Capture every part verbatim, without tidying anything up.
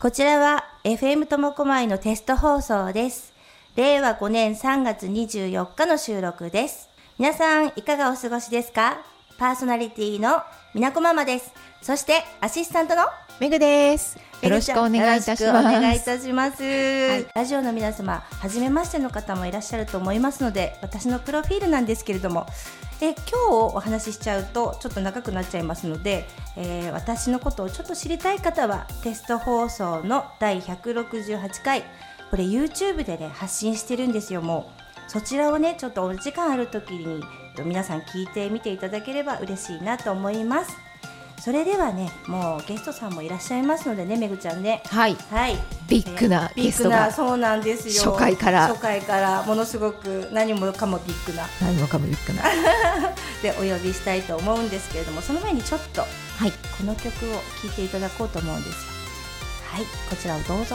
こちらは エフエム 苫小牧のテスト放送です。れいわごねんさんがつにじゅうよっかの収録です。皆さんいかがお過ごしですか？パーソナリティのみなこママです。そしてアシスタントのめぐです。よろしくお願いいたします。 よろしくお願いいたします、はい、ラジオの皆様、初めましての方もいらっしゃると思いますので、私のプロフィールなんですけれども、え今日お話ししちゃうとちょっと長くなっちゃいますので、えー、私のことをちょっと知りたい方はテスト放送のだいひゃくろくじゅうはちかい、これ YouTube でね発信してるんですよ。もうそちらをねちょっとお時間ある時に皆さん聞いてみていただければ嬉しいなと思います。それではね、もうゲストさんもいらっしゃいますのでね、めぐちゃんね、 はい、 はい、 ビッグなゲストが、 そうなんですよ、 初回から初回からものすごく何もかもビッグな何もかもビッグなでお呼びしたいと思うんですけれども、その前にちょっと、 はい、 この曲を聴いていただこうと思うんですよ。はい、こちらをどうぞ。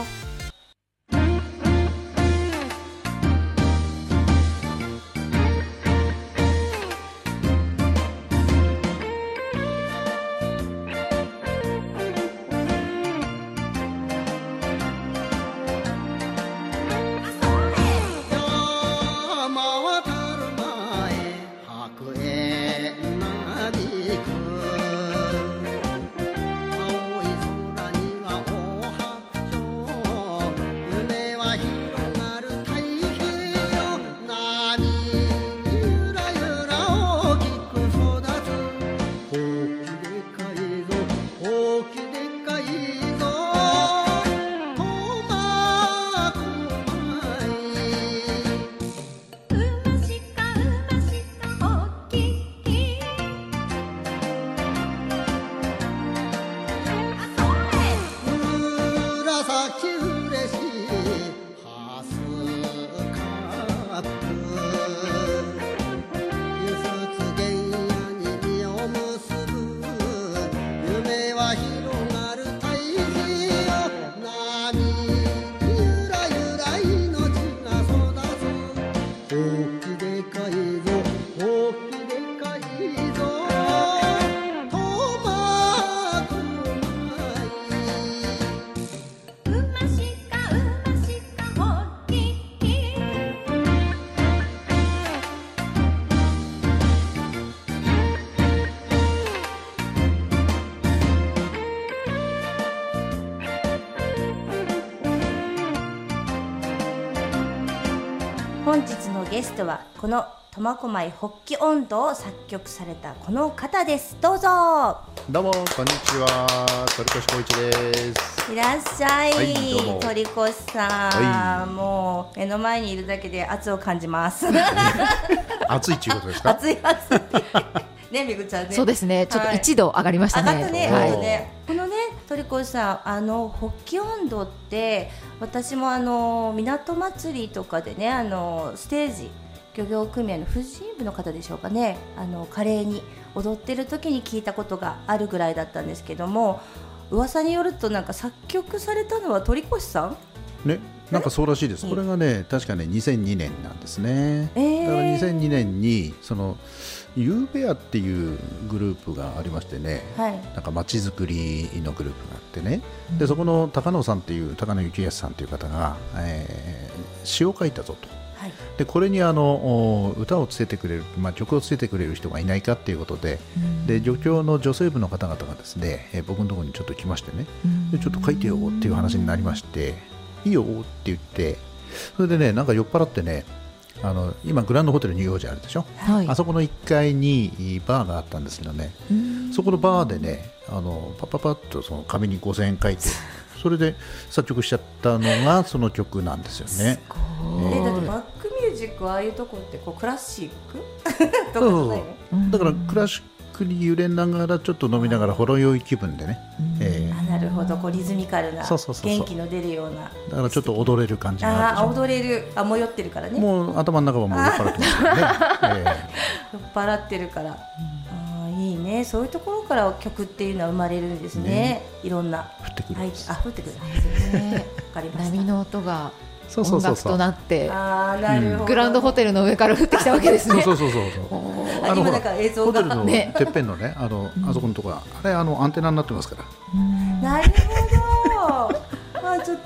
本日のゲストはこの苫小牧発起音頭を作曲されたこの方です。どうぞ。 どうもこんにちは、鳥越光一です。 いらっしゃい、はい、 どうも鳥越さん、はい、もう目の前にいるだけで圧を感じます暑いっていうことですか？ 暑い暑いね、めぐちゃんね。 そうですね、ちょっといちど上がりましたね。 上がったね、 はい、 ね、このね鳥越さん、あの発起音頭って私もあの港祭りとかでね、あのステージ漁業組合の婦人部の方でしょうかね、あの華麗に踊ってる時に聞いたことがあるぐらいだったんですけども、噂によるとなんか作曲されたのは鳥越さんね、なんかそうらしいです。これがね確かねにせんにねんなんですね、えー、だからにせんにねんにそのゆうべやっていうグループがありましてね、はい、なんか街づくりのグループがあってね、うん、でそこの高野さんっていう高野幸康さんという方が、えー、詩を書いたぞと、はい、でこれにあの歌をつけてくれる、まあ、曲をつけてくれる人がいないかっていうことで、うん、で助教の女性部の方々がですね、えー、僕のところにちょっと来ましてね、うん、でちょっと書いてよっていう話になりまして、いいよって言って、それでねなんか酔っ払ってね、あの今グランドホテルニューヨージあるでしょ、はい、あそこのいっかいにバーがあったんですけどね、そこのバーでねあのパッパッパッとその紙にごせんえん書いてそれで作曲しちゃったのがその曲なんですよね。 すごい、えー、だってバックミュージックああいうとこってこうクラシックとかじゃないの？ だからクラシックに揺れながらちょっと飲みながらほろ酔い気分でね、 えー、あなるほど、こうリズミカルな元気の出るような、 だからちょっと踊れる感じがあるでしょ。 あ踊れる、あもう酔ってるからね、 もう頭の中はもう酔っ払ってますからね、 えー、酔っ払ってるから、あいいね、そういうところから曲っていうのは生まれるんですね、ね、いろんな降ってくるんです、 はい、あ降ってくるんですよねわかりました。 波の音がそうそうそうそう音楽となってあなるほど、 グランドホテルの上から降ってきたわけですね。 そうそうそうそうあの今なんか映像がホテルのてっぺんのね、あのあそこのところあれあのアンテナになってますから。 なるほど、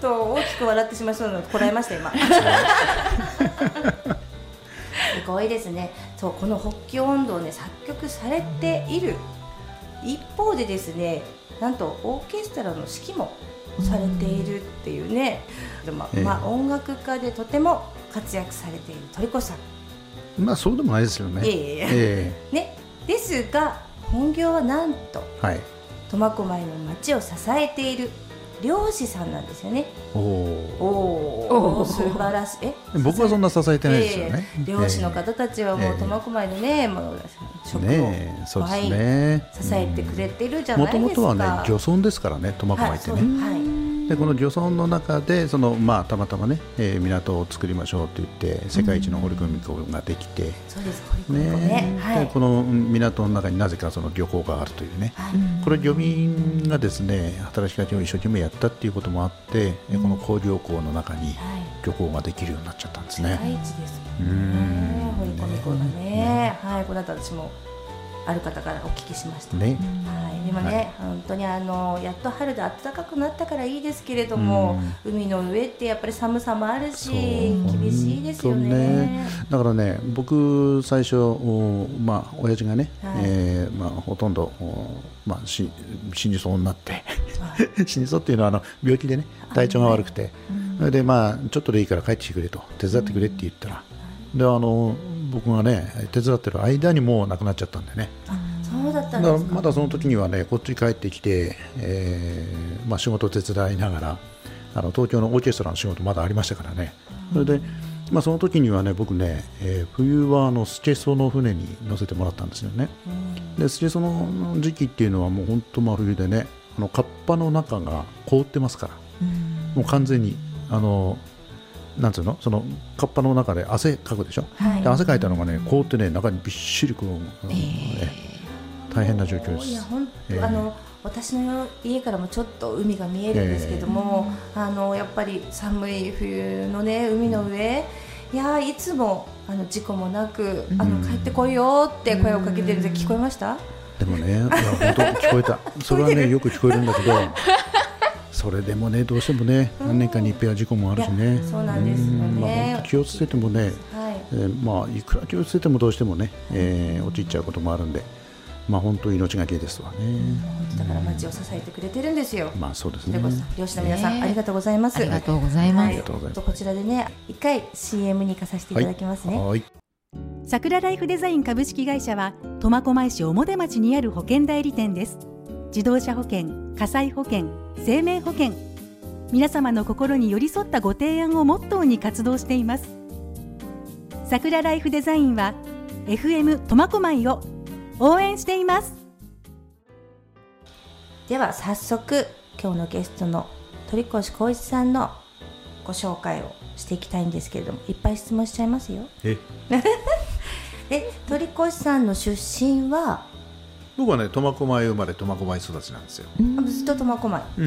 と大きく笑ってしまいそうなのでこらえました今すごいですね。そうこの北京音頭をね作曲されている一方でですね、なんとオーケストラの指揮もされているっていうね、でも、えー、まあ、音楽家でとても活躍されている鳥越さん、 まあそうでもないですよね。 いやいやいや、えー、ね、ですが本業はなんと、はい、苫小牧の町を支えている漁師さんなんですよね。おお、素晴らしい。え、 僕はそんな支えてないですよね。 えー、漁師の方たちはもう苫小牧でね、もう食を、ね、そうですね、支えてくれているじゃないですか。 もともとはね漁村ですからね、苫小牧ってね。はいはい、でこの漁村の中でその、まあ、たまたまね、えー、港を作りましょうと言って世界一の掘り込み港ができて、うん、 そうです、掘り込み港ね、 はい、でこの港の中になぜかその漁港があるというね、はい、これ漁民がですね働きかけを一生懸命やったっていうこともあって、うん、この工業港の中に漁港ができるようになっちゃったんですね。 世界一ですもんね、掘り込み港がね、うん、はい、この後私もある方からお聞きしましたね。はい、でもね、はい、本当にあのやっと春で暖かくなったからいいですけれども、うん、海の上ってやっぱり寒さもあるし厳しいですよ ね, ねだからね、僕最初、まあ親父がね、はい、えーまあ、ほとんど、まあ、し死にそうになって死にそうっていうのはあの病気でね体調が悪くて、それでまあちょっとでいいから帰ってきてくれと手伝ってくれって言ったら、うん、であの僕がね手伝ってる間にもう亡くなっちゃったんでね。 あ、そうだったんですか。 だからまだその時にはねこっちに帰ってきて、えーまあ、仕事を手伝いながらあの東京のオーケストラの仕事まだありましたからね、うん、それで、まあ、その時にはね僕ね、えー、冬はあのスチェソの船に乗せてもらったんですよね、うん、でスチェソの時期っていうのはもう本当真冬でね、あのカッパの中が凍ってますから、うん、もう完全にあのなんつうの、そのカッパの中で汗かくでしょ、はい、で汗かいたのがね凍ってね中にびっしりこう、えー、大変な状況です。 いや本当、えー、あの私の家からもちょっと海が見えるんですけども、えー、あのやっぱり寒い冬のね海の上、いやいつもあの事故もなく、あの帰ってこいよって声をかけてるんで聞こえました？ でもね、いや本当聞こえたそれはねよく聞こえるんだけどそれでもねどうしてもね何年かに一遍は事故もあるしね、 そうなんですよね、 まあ、気をつけてもね、はい、えーまあ、いくら気をつけてもどうしてもね、えー、陥っちゃうこともあるんで、まあ、本当に命がけですわね。 だから町を支えてくれてるんですよ。 まあそうですね。 漁師の皆さん、えー、ありがとうございます。 ありがとうございます。 はい、こちらでね一回 シーエム に行かさせていただきますね。はいはい、 桜ライフデザイン株式会社は苫小牧市表町にある保険代理店です。自動車保険、火災保険、生命保険、皆様の心に寄り添ったご提案をモットーに活動しています。桜ライフデザインは エフエム 苫小牧を応援しています。 では早速今日のゲストの鳥越光一さんのご紹介をしていきたいんですけれども、いっぱい質問しちゃいますよ。えで鳥越さんの出身は？ 僕はね苫小牧生まれ苫小牧育ちなんですよ。 ずっと苫小牧、 うん、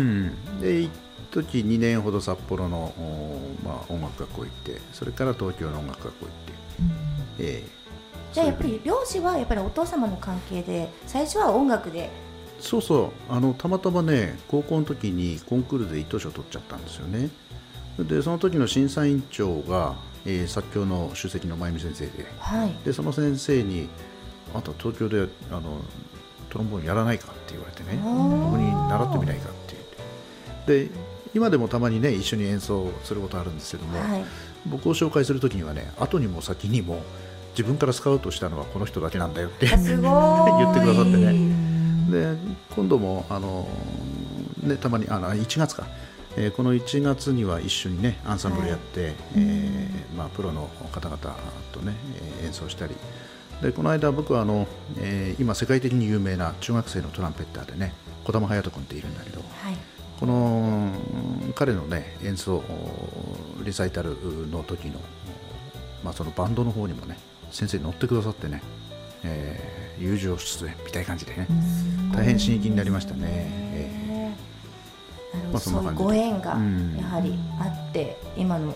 で一時にねんほど札幌の、まあ、音楽学校行って、それから東京の音楽学校行って、うん、えー、じゃあやっぱり漁師はやっぱりお父様の関係で最初は音楽で。 そうそう、あのたまたまね高校の時にコンクールで一等賞取っちゃったんですよね。でその時の審査委員長が、えー、作曲の首席の真由美先生で、はい、でその先生にあと東京であのトロンボーンやらないかって言われてね、僕に習ってみないかって言って、で今でもたまにね一緒に演奏することあるんですけども、はい、僕を紹介するときにはね後にも先にも自分からスカウトしたのはこの人だけなんだよって言ってくださってね。で今度もあの、ね、たまにあのいちがつか、えー、このいちがつには一緒にねアンサンブルやって、はい、えーまあ、プロの方々とね演奏したりで、この間僕はあの、えー、今世界的に有名な中学生のトランペッターでね児玉隼人君っているんだけど、はい、この彼のね演奏リサイタルの時の、まあ、そのバンドの方にもね先生に乗ってくださってね、えー、友情出演みたいな感じでね大変刺激になりましたね。えー、なるほど、まあ、そんな感じでそういうご縁がやはりあって、うん、今の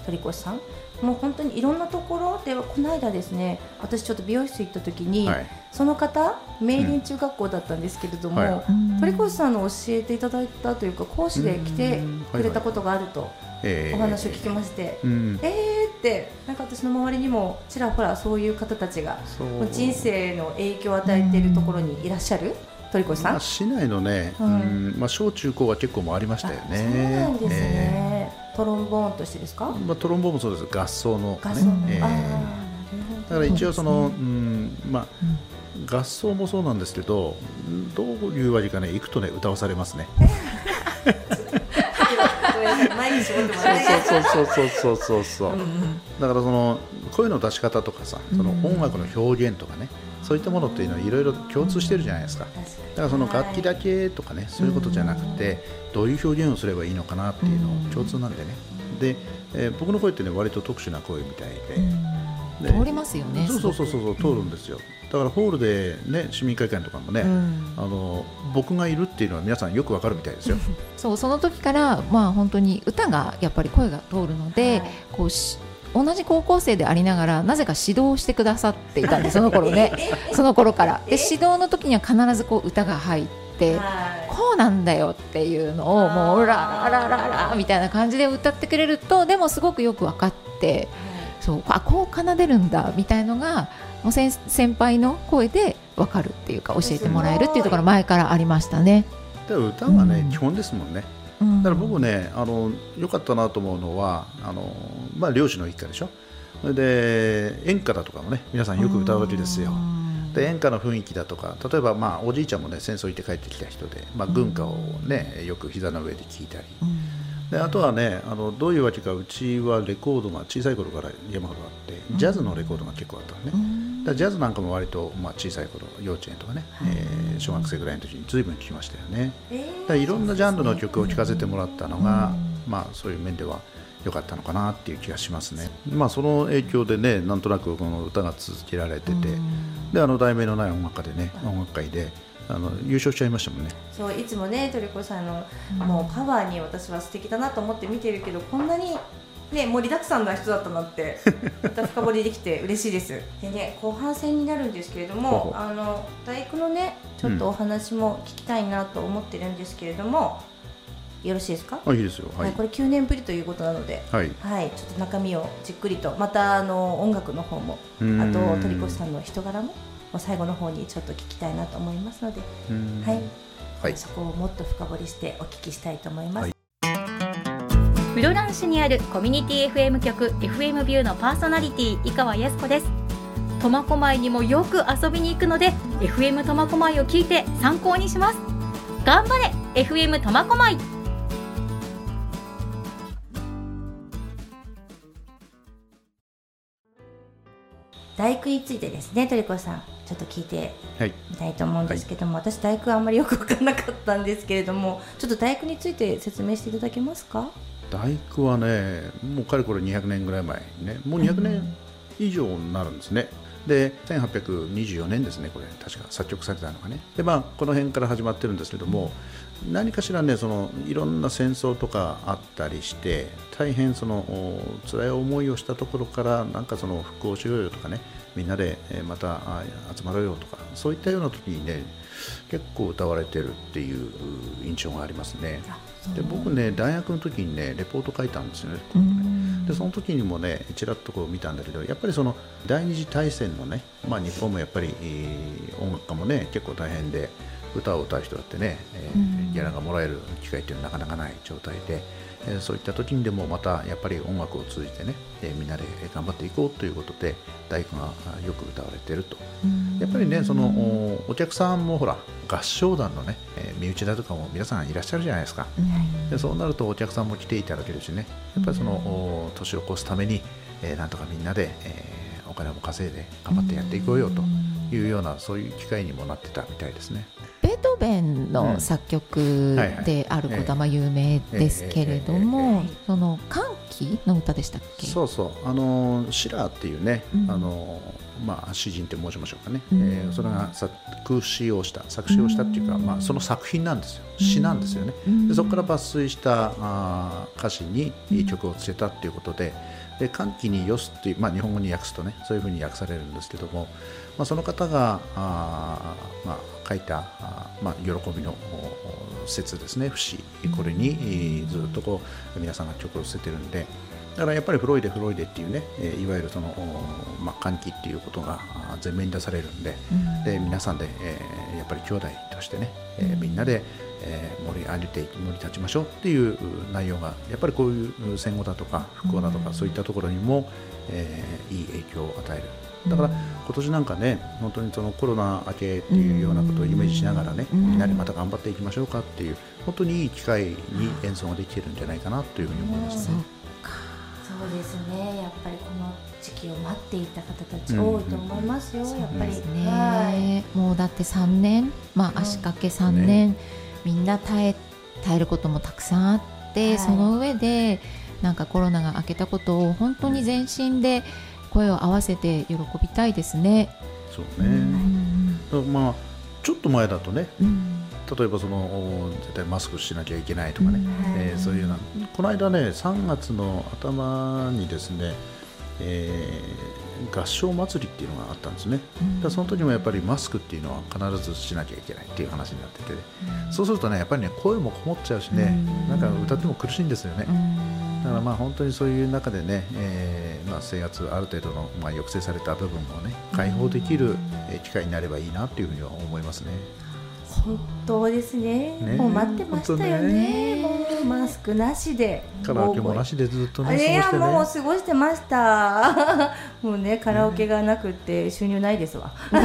鳥越さんもう本当にいろんなところで、この間ですね、私ちょっと美容室行った時に、はい、その方明林中学校だったんですけれども、うんはい、鳥越さんの教えていただいたというか講師で来てくれたことがあるとお話を聞きまして、えー、うんえーってなんか私の周りにもちらほらそういう方たちが人生の影響を与えているところにいらっしゃる。鳥越さん、まあ、 市内のね、うんうんまあ、小中高は結構もありましたよね。 そうなんですね、えー、トロンボーンとしてですか。 まあ、トロンボーンもそうです。合奏の、ね合奏の、えー、あだから一応その、うんまあうん、合奏もそうなんですけど、どういうわけかね、行くとね歌わされますね。 毎日持ってもらえそうそうそうそうそうそう、うんうん、だからその声の出し方とかさ、その音楽の表現とかね、そういったものっていうのはいろいろ共通してるじゃないですか。だからその楽器だけとかね、そういうことじゃなくて、どういう表現をすればいいのかなっていうの共通なんでね。で、えー、僕の声ってね割と特殊な声みたいで、通りますよね。 そうそうそうそう通るんですよ。だからホールでね、市民会館とかもね、うん、あの僕がいるっていうのは皆さんよくわかるみたいですよ。 そうその時からまあ本当に歌がやっぱり声が通るので、はい、こうし同じ高校生でありながらなぜか指導してくださっていたんで、その頃ねその頃からで指導の時には必ずこう歌が入って、こうなんだよっていうのをもうラララララみたいな感じで歌ってくれると、でもすごくよく分かって、そうあこう奏でるんだみたいのがもう先輩の声で分かるっていうか教えてもらえるっていうところ前からありましたね。 だから歌はね、うん、基本ですもんね。だから僕ね、あの良かったなと思うのは、あの、まあ、漁師の一家でしょ。それで演歌だとかもね皆さんよく歌うわけですよ。で演歌の雰囲気だとか、例えば、まあ、おじいちゃんもね戦争行って帰ってきた人で、まあ、軍歌をねよく膝の上で聴いたり、であとはね、あのどういうわけかうちはレコードが小さい頃から山ほどあって、ジャズのレコードが結構あったのね。だからジャズなんかも割と、まあ、小さい頃幼稚園とかね、えー、小学生ぐらいの時に随分聴きましたよね。だからいろんなジャンルの曲を聴かせてもらったのが、まあ、そういう面では良かったのかなっていう気がしますね。まあ、その影響でね、なんとなくこの歌が続けられてて、であの題名のない音楽家でね、音楽会であの優勝しちゃいましたもんね。 そういつもね鳥越さんの、もうパワーに私は素敵だなと思って見てるけど、こんなにね、盛りだくさんな人だったなってまた深掘りできて嬉しいです。でね、後半戦になるんですけれども、あの大工のねちょっとお話も聞きたいなと思ってるんですけれども、うん、よろしいですか。 あ、いいですよ、はいはい、これきゅうねんぶりということなので、はいはい、ちょっと中身をじっくりと、またあの音楽の方も、あと鳥越さんの人柄も最後の方にちょっと聞きたいなと思いますので、はいはい、そこをもっと深掘りしてお聞きしたいと思います。はい、 室蘭市にあるコミュニティ エフエム 局 エフエム ビューのパーソナリティ井川靖子です。苫小牧にもよく遊びに行くので エフエム 苫小牧を聞いて参考にします。頑張れ エフエム 苫小牧。 大工についてですね、鳥越さんちょっと聞いてみたいと思うんですけども、はい、私大工あんまりよく分からなかったんですけれども、ちょっと大工について説明していただけますか。 大工はね、もうかれこれにひゃくねんぐらい前にね、もうにひゃくねん以上になるんですね。でせんはっぴゃくにじゅうよねんですね、これ確か作曲されたのがね。で、まあ、この辺から始まってるんですけども、何かしらね、そのいろんな戦争とかあったりして大変その辛い思いをしたところから、なんかその復興しようよとかね、みんなでまた集まろうよとか、そういったような時にね結構歌われてるっていう印象がありますね。で僕ね、大学の時にねレポート書いたんですよね。でその時にもねちらっとこう見たんだけど、やっぱりその第二次大戦のね、まあ、日本もやっぱり音楽家もね結構大変で、歌を歌う人だってね、えー、ギャラがもらえる機会っていうのはなかなかない状態で、えー、そういった時にでもまたやっぱり音楽を通じてね、えー、みんなで頑張っていこうということで大工がよく歌われていると。やっぱりね、その お, お客さんもほら合唱団のね、えー、身内だとかも皆さんいらっしゃるじゃないですか。でそうなるとお客さんも来ていただけるしね、やっぱりその年を越すために、えー、なんとかみんなで、えー、お金も稼いで頑張ってやっていこうよというような、そういう機会にもなってたみたいですね。 ベートーベンの作曲であることはまあ有名ですけれども、その歓喜の歌でしたっけ？ そうそう、あのシラーっていうね、うん、あのまあ、詩人って申しましょうかね、うん、えー、それが作詞をした作詞をしたっていうか、うん、まあ、その作品なんですよ、詩なんですよね、うん、でそこから抜粋したあ歌詞に曲をつけたっていうことで、で歓喜によすっていう、まあ、日本語に訳すとねそういうふうに訳されるんですけども、まあ、その方があ、まあ、書いたあ、まあ、喜びの節ですね、節、これにずっとこう皆さんが曲を寄せてるんで、だからやっぱりフロイデフロイデっていうね、いわゆるその、まあ、歓喜っていうことが前面に出されるんで、うん、で皆さんで、えー、やっぱり兄弟としてね、えー、みんなで、えー、盛り上げて盛り立ちましょうっていう内容がやっぱりこういう戦後だとか復興だとか、うん、そういったところにも、えー、いい影響を与える。だから今年なんかね、本当にそのコロナ明けっていうようなことをイメージしながらね、うん、みんなでまた頑張っていきましょうかっていう本当にいい機会に演奏ができてるんじゃないかなというふうに思いますね。 そうですね、やっぱりこの時期を待っていた方たち多いと思いますよ、うん、やっぱり、 ね、はい、もうだってさんねん、まあ、足掛けさんねん、ね、みんな耐え、耐えることもたくさんあって、はい、その上でなんかコロナが明けたことを本当に全身で声を合わせて喜びたいですね。 そうね、うん、まあ、ちょっと前だとね、うん、例えばその絶対マスクしなきゃいけないとかね、うん、えー、そういうような、この間ねさんがつの頭にですね、えー、合唱祭りっていうのがあったんですね、うん、だその時もやっぱりマスクっていうのは必ずしなきゃいけないっていう話になってて、うん、そうするとねやっぱりね声もこもっちゃうしね、うん、なんか歌っても苦しいんですよね、うん、だからまあ本当にそういう中でね、えーまあ、制圧ある程度の、まあ、抑制された部分をね解放できる機会になればいいなっていうふうには思いますね。 本当ですね、ね、もう待ってましたよ ね, ねもうマスクなしでカラオケもなしでずっとね過ごしてね。 いやもう過ごしてましたもうねカラオケがなくって収入ないですわ、ね、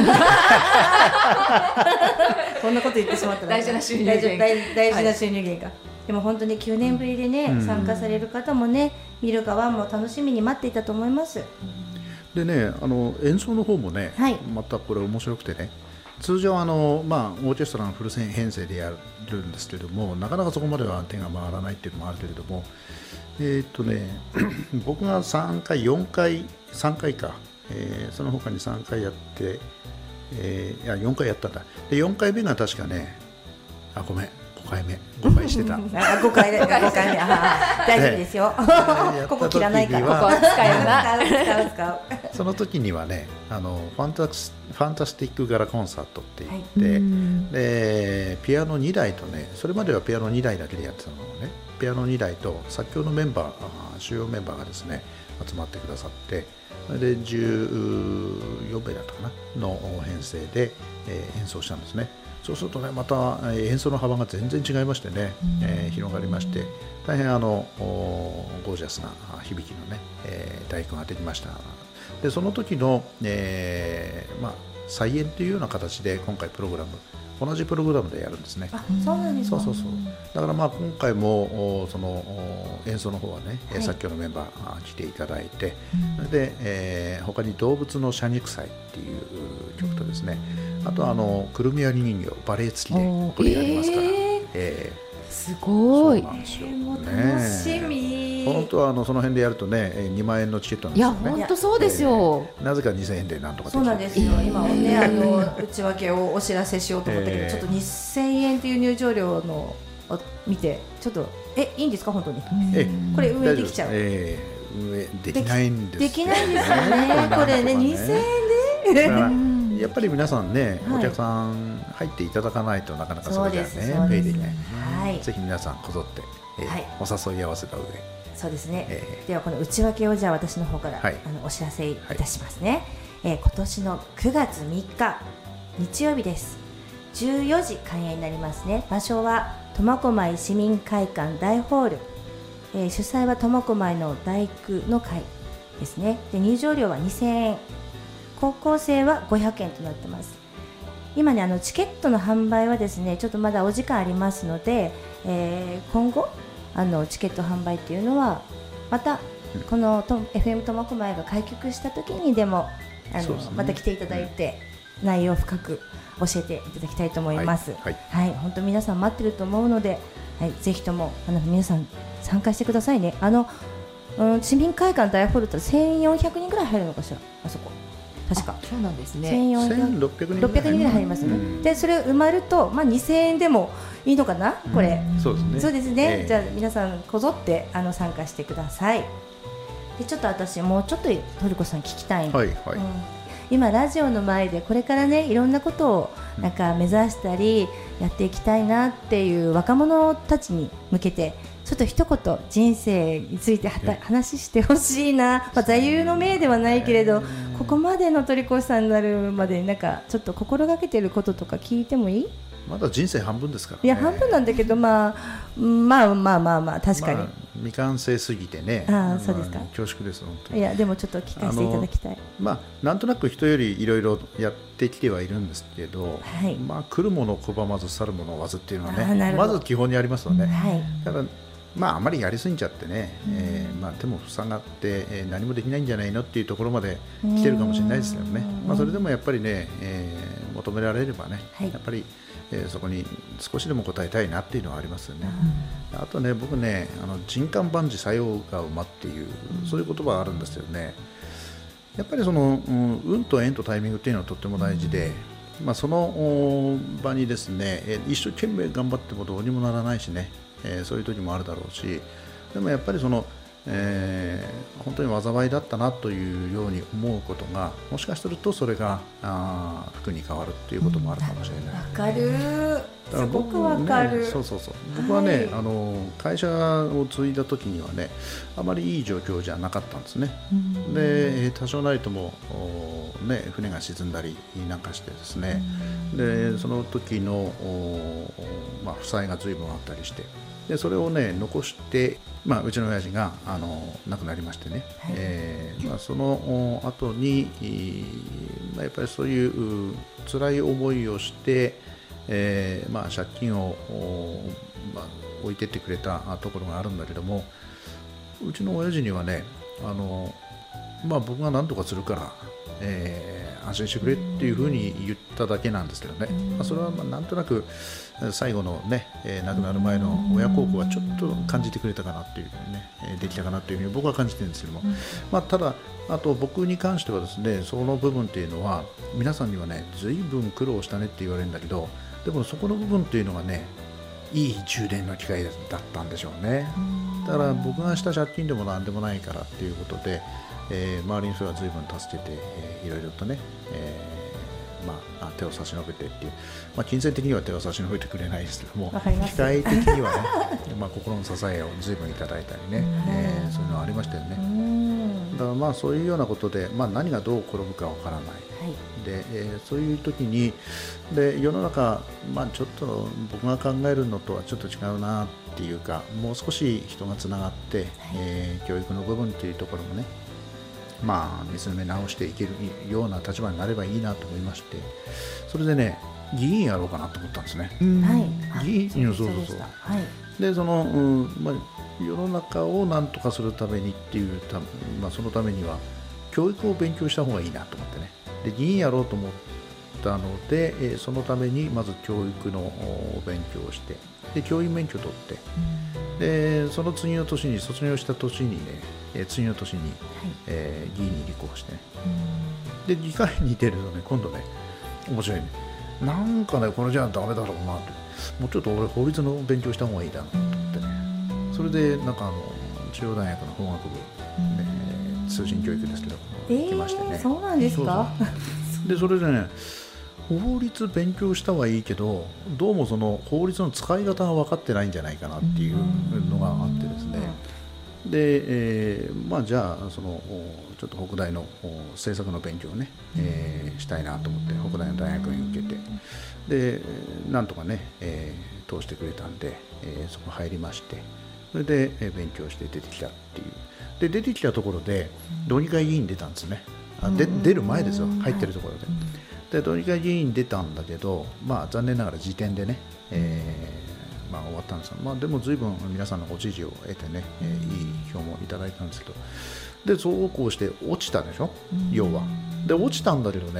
こんなこと言ってしまったら大事な収入源大, 大事な収入源が、はい、でも本当にきゅうねんぶりでね、うん、参加される方もね見る側も楽しみに待っていたと思います。 でね、あの演奏の方もね、はい、またこれ面白くてね、通常あの、まあ、オーケストラのフル編成でやるんですけれども、なかなかそこまでは手が回らないっていうのもあるけれども、えーっとね、僕がさんかいよんかいさんかいか、えー、その他にさんかいやって、えー、いやよんかいやったんだ。でよんかいめが確かね、あごめんごかいめごかいしてたごかいめごかいめあ大丈夫ですよここ切らないからここは使うな使う使うその時にはね、あのファンタスファンタスティックガラコンサートって言って、はい、でピアノにだいとね、それまではピアノにだいだけでやってたのをね、ピアノにだいと作曲のメンバー、主要メンバーがですね集まってくださって、でじゅうよんめいだったかなの編成で、えー、演奏したんですね。そうするとね、また演奏の幅が全然違いましてね、えー、広がりまして、大変あのゴージャスな響きのね、えー、大工ができました。でその時の、えーまあ、再演というような形で今回プログラム同じプログラムでやるんですね。 あ、そうなんですか。 そうそうそう。だからまあ今回もその演奏の方はね、はい、作曲のメンバー来ていただいて、うん、で、えー、他に動物の謝肉祭っていう曲とですね、うん、あとあのくるみ割り人形バレエ付きでこれやりますから、えーえー、すごい。 そうなんですよ、えー、もう楽しみ。 本当はあのその辺でやるとねにまんえんのチケットなんですよね。 いや本当そうですよ、 えー、なぜかにせんえんでなんとかできる。 そうなんですよ、えー、今ねあの内訳をお知らせしようと思ったけど、えー、ちょっとにせんえんという入場料のを見てちょっとえいいんですか本当に、えー、これ運営できちゃう、 えー、運営できないんですよね。 できないんですよねこれねにせんえんでやっぱり皆さんね、はい、お客さん入っていただかないとなかなかそれじゃねペイできない、はい、ぜひ皆さんこぞって、えーはい、お誘い合わせた上で。 そうですね、えー、ではこの内訳をじゃあ私の方から、はい、あのお知らせいたしますね、はい、えー、今年のくがつみっか日曜日です。じゅうよじ開演になりますね。場所は苫小牧市民会館大ホール、えー、主催は苫小牧の大工の会ですね。で入場料はにせんえん、高校生はごひゃくえんとなってます。今ねあのチケットの販売はですねちょっとまだお時間ありますので、えー、今後あのチケット販売っていうのはまたこのと エフエム 苫小牧が開局した時にでもあの、ね、また来ていただいて、 内容を深く教えていただきたいと思います。はい、はいはい、本当皆さん待ってると思うので、はい、ぜひともあの皆さん参加してくださいね。あの、うん、市民会館大ホールってせんよんひゃくにんぐらい入るのかしら、あそこ確か。 そうなんですね。 せんろっぴゃくにんぐらい入りますね、うん、でそれ埋まると、まあ、にせんえんでもいいのかなこれ、 うん、そうですね。 そうですね、 えー、 じゃあ皆さんこぞってあの参加してください。でちょっと私もうちょっとトルコさん聞きたいの、 はいはい、うん、 今ラジオの前でこれからねいろんなことをなんか目指したりやっていきたいなっていう若者たちに向けてちょっと一言人生についてはた話してほしいな、まあ、座右の銘ではないけれどここまでのトリコさんになるまでなんかちょっと心がけてることとか聞いてもいい？ まだ人生半分ですからね。 いや半分なんだけど、まあ、まあまあまあまあ確かに、まあ、 未完成すぎてね。 あそうですか、まあ、 恐縮です本当に。 いやでもちょっと聞かせていただきたい。 まあ、なんとなく人よりいろいろやってきてはいるんですけど、はい、まあ、来るもの拒まず去るものを追わずっていうのはねまず基本にありますので、はい、だからまあ、あまりやりすぎちゃってね、うん、えーまあ、手も塞がって、えー、何もできないんじゃないのっていうところまで来てるかもしれないですよね。まあ、それでもやっぱりね、えー、求められればね、はい、やっぱり、えー、そこに少しでも応えたいなっていうのはありますよね。うん、あとね僕ねあの人間万事作用が馬っていう、うん、そういう言葉があるんですよね。やっぱりその、うん、運と縁とタイミングっていうのはとっても大事で、まあ、その場にですね、えー、一生懸命頑張ってもどうにもならないしね、えー、そういう時もあるだろうし、でもやっぱりその、えー、本当に災いだったなというように思うことがもしかするとそれがあ福に変わるっていうこともあるかもしれない。 わ、うん、かる、すごくわかる、 ね、そうそうそう、僕はね、はい、あの会社を継いだ時にはねあまりいい状況じゃなかったんですね。で多少なりとも、ね、船が沈んだりなんかしてですね、でその時の、まあ、負債が随分あったりして、でそれをね残して、まあ、うちの親父があの亡くなりましてね、はい、えーまあ、その後に、まあ、やっぱりそういう辛い思いをして、えーまあ、借金を、まあ、置いてってくれたところがあるんだけども、うちの親父にはねあの、まあ、僕が何とかするから、えー、安心してくれっていうふうに言っただけなんですけどね、まあ、それはまあなんとなく最後のね、えー、亡くなる前の親孝行はちょっと感じてくれたかなっていうふうにね、えー、できたかなというふうに僕は感じてるんですけども、まあ、ただあと僕に関してはですねその部分っていうのは皆さんにはね随分苦労したねって言われるんだけど、でもそこの部分っていうのがねいい充電の機会だったんでしょうね。だから僕がした借金でもなんでもないからっていうことで、えー、周りの人が随分助けて、えー、いろいろとね、えーまあ、手を差し伸べてっていう、まあ、金銭的には手を差し伸べてくれないですけども、機械的にはねまあ心の支えを随分いただいたりね、えー、そういうのはありましたよね。だからまあそういうようなことで、まあ、何がどう転ぶかわからない、はい、でえー、そういう時にで世の中、まあ、ちょっと僕が考えるのとはちょっと違うなっていうか、もう少し人がつながって、はい、えー、教育の部分っていうところもねまあ見つめ直していけるような立場になればいいなと思いまして、それでね議員やろうかなと思ったんですね。はい、議員、そうそうそう、はい、でその、うんまあ、世の中を何とかするためにっていうた、まあ、そのためには教育を勉強した方がいいなと思ってね、で議員やろうと思ったので、えー、そのためにまず教育の勉強をして、で教員免許を取って、うん、でその次の年に卒業した年にね、えー、次の年に、はい、えー、議員に立候補してね、うん、で議会に出るとね今度ね面白いね、なんかねこれじゃダメだろうなって、もうちょっと俺法律の勉強した方がいいだなと思ってね、それでなんかあの中央大学の法学部、ね、通信教育ですけど、えー、行きましてね。 そうなんですか。 でそれでね法律勉強したはいいけど、どうもその法律の使い方が分かってないんじゃないかなっていうのがあってですね、で、えー、まあじゃあそのちょっと北大の政策の勉強をね、えー、したいなと思って北大の大学に受けて、でなんとかね、えー、通してくれたんで、えー、そこ入りまして、それで勉強して出てきたっていう。で出てきたところで道議会議員出たんですね。あで出る前ですよ、入ってるところで。で道議会議員出たんだけど、まあ、残念ながら時点でね、えーまあ、終わったんですが、まあ、でも随分皆さんのご支持を得てね、えー、いい票もいただいたんですけど、でそうこうして落ちたでしょ、要は。で落ちたんだけどね、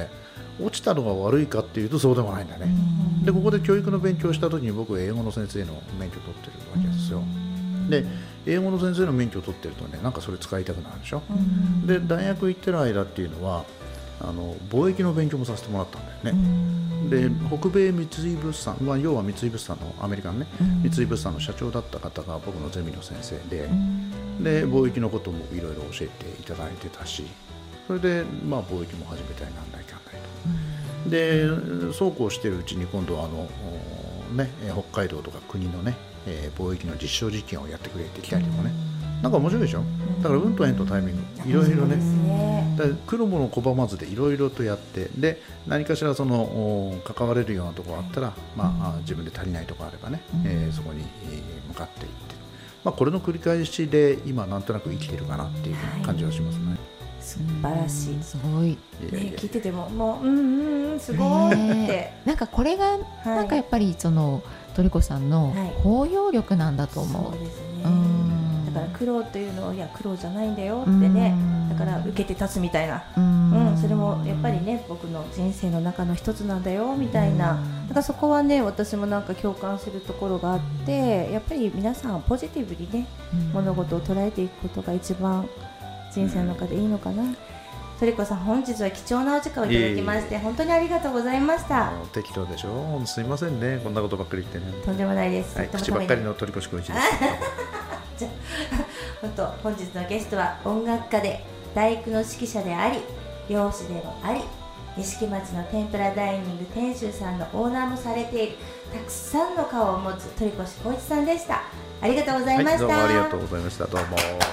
落ちたのが悪いかっていうとそうでもないんだね。でここで教育の勉強をした時に僕は英語の先生の免許を取ってるわけですよ。で英語の先生の免許を取ってるとね、なんかそれ使いたくなるでしょ。で大学行ってる間っていうのはあの貿易の勉強もさせてもらったんだよね。で北米三井物産、まあ、要は三井物産のアメリカのね、三井物産の社長だった方が僕のゼミの先生で、で貿易のこともいろいろ教えていただいてたし、それでまあ貿易も始めたりなんだいかんだいと。でそうこうしてるうちに今度はあの、ね、北海道とか国のね、えー、貿易の実証実験をやってくれてきたりとかね、なんか面白いでしょ。だから運と縁とタイミングいろいろね、だから来るものを拒まずでいろいろとやって、で何かしらその関われるようなところがあったら、まあ、自分で足りないところあればね、えー、そこに向かっていって、まあ、これの繰り返しで今なんとなく生きてるかなっていう感じはしますね。 素晴らしい。 すごい、ね、 聞いててももううんうんすごいって、ね、 なんかこれがなんかやっぱりそのトリコさんの包容力なんだと思う。 はい、そうですね。うんだから苦労というのはいや苦労じゃないんだよってね、だから受けて立つみたいな、うん、うん、それもやっぱりね僕の人生の中の一つなんだよみたいな、だからそこはね私もなんか共感するところがあって、やっぱり皆さんポジティブにね物事を捉えていくことが一番人生の中でいいのかな。トリコさん本日は貴重なお時間をいただきまして本当にありがとうございました。 適当でしょ、すいませんね、こんなことばっかり言ってね。 とんでもないです、 はい、口ばっかりのトリコシコイチですじゃ本当本日のゲストは音楽家で大工の指揮者であり漁師でもあり錦町の天ぷらダイニング店主さんのオーナーもされているたくさんの顔を持つトリコシコイチさんでした。ありがとうございました。 はい、どうもありがとうございました。どうも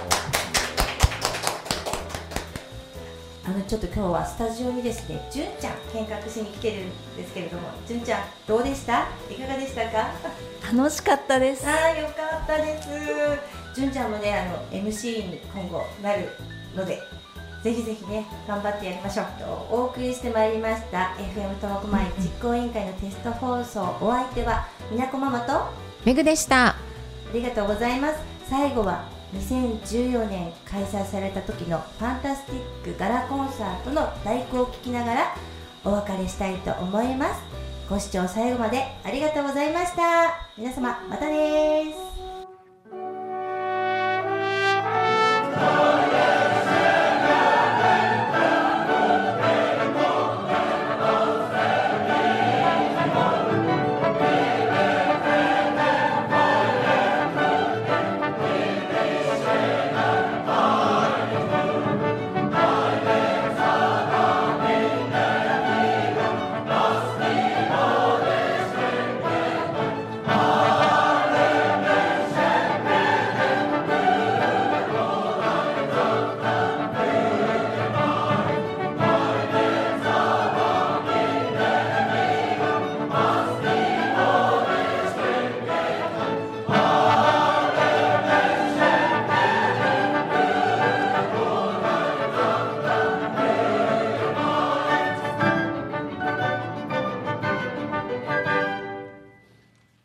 あのちょっと今日はスタジオにですね、純ちゃん見学しに来てるんですけれども、純ちゃんどうでした？いかがでしたか？ 楽しかったです。 あーよかったです。純ちゃんもねあの エムシー に今後なるので、ぜひぜひね頑張ってやりましょう。お送りしてまいりました エフエム 苫小牧実行委員会のテスト放送、お相手はみなこママとめぐでした。 ありがとうございます。最後はにせんじゅうよねん開催された時のファンタスティックガラコンサートの第九を聞きながらお別れしたいと思います。ご視聴最後までありがとうございました。皆様またです。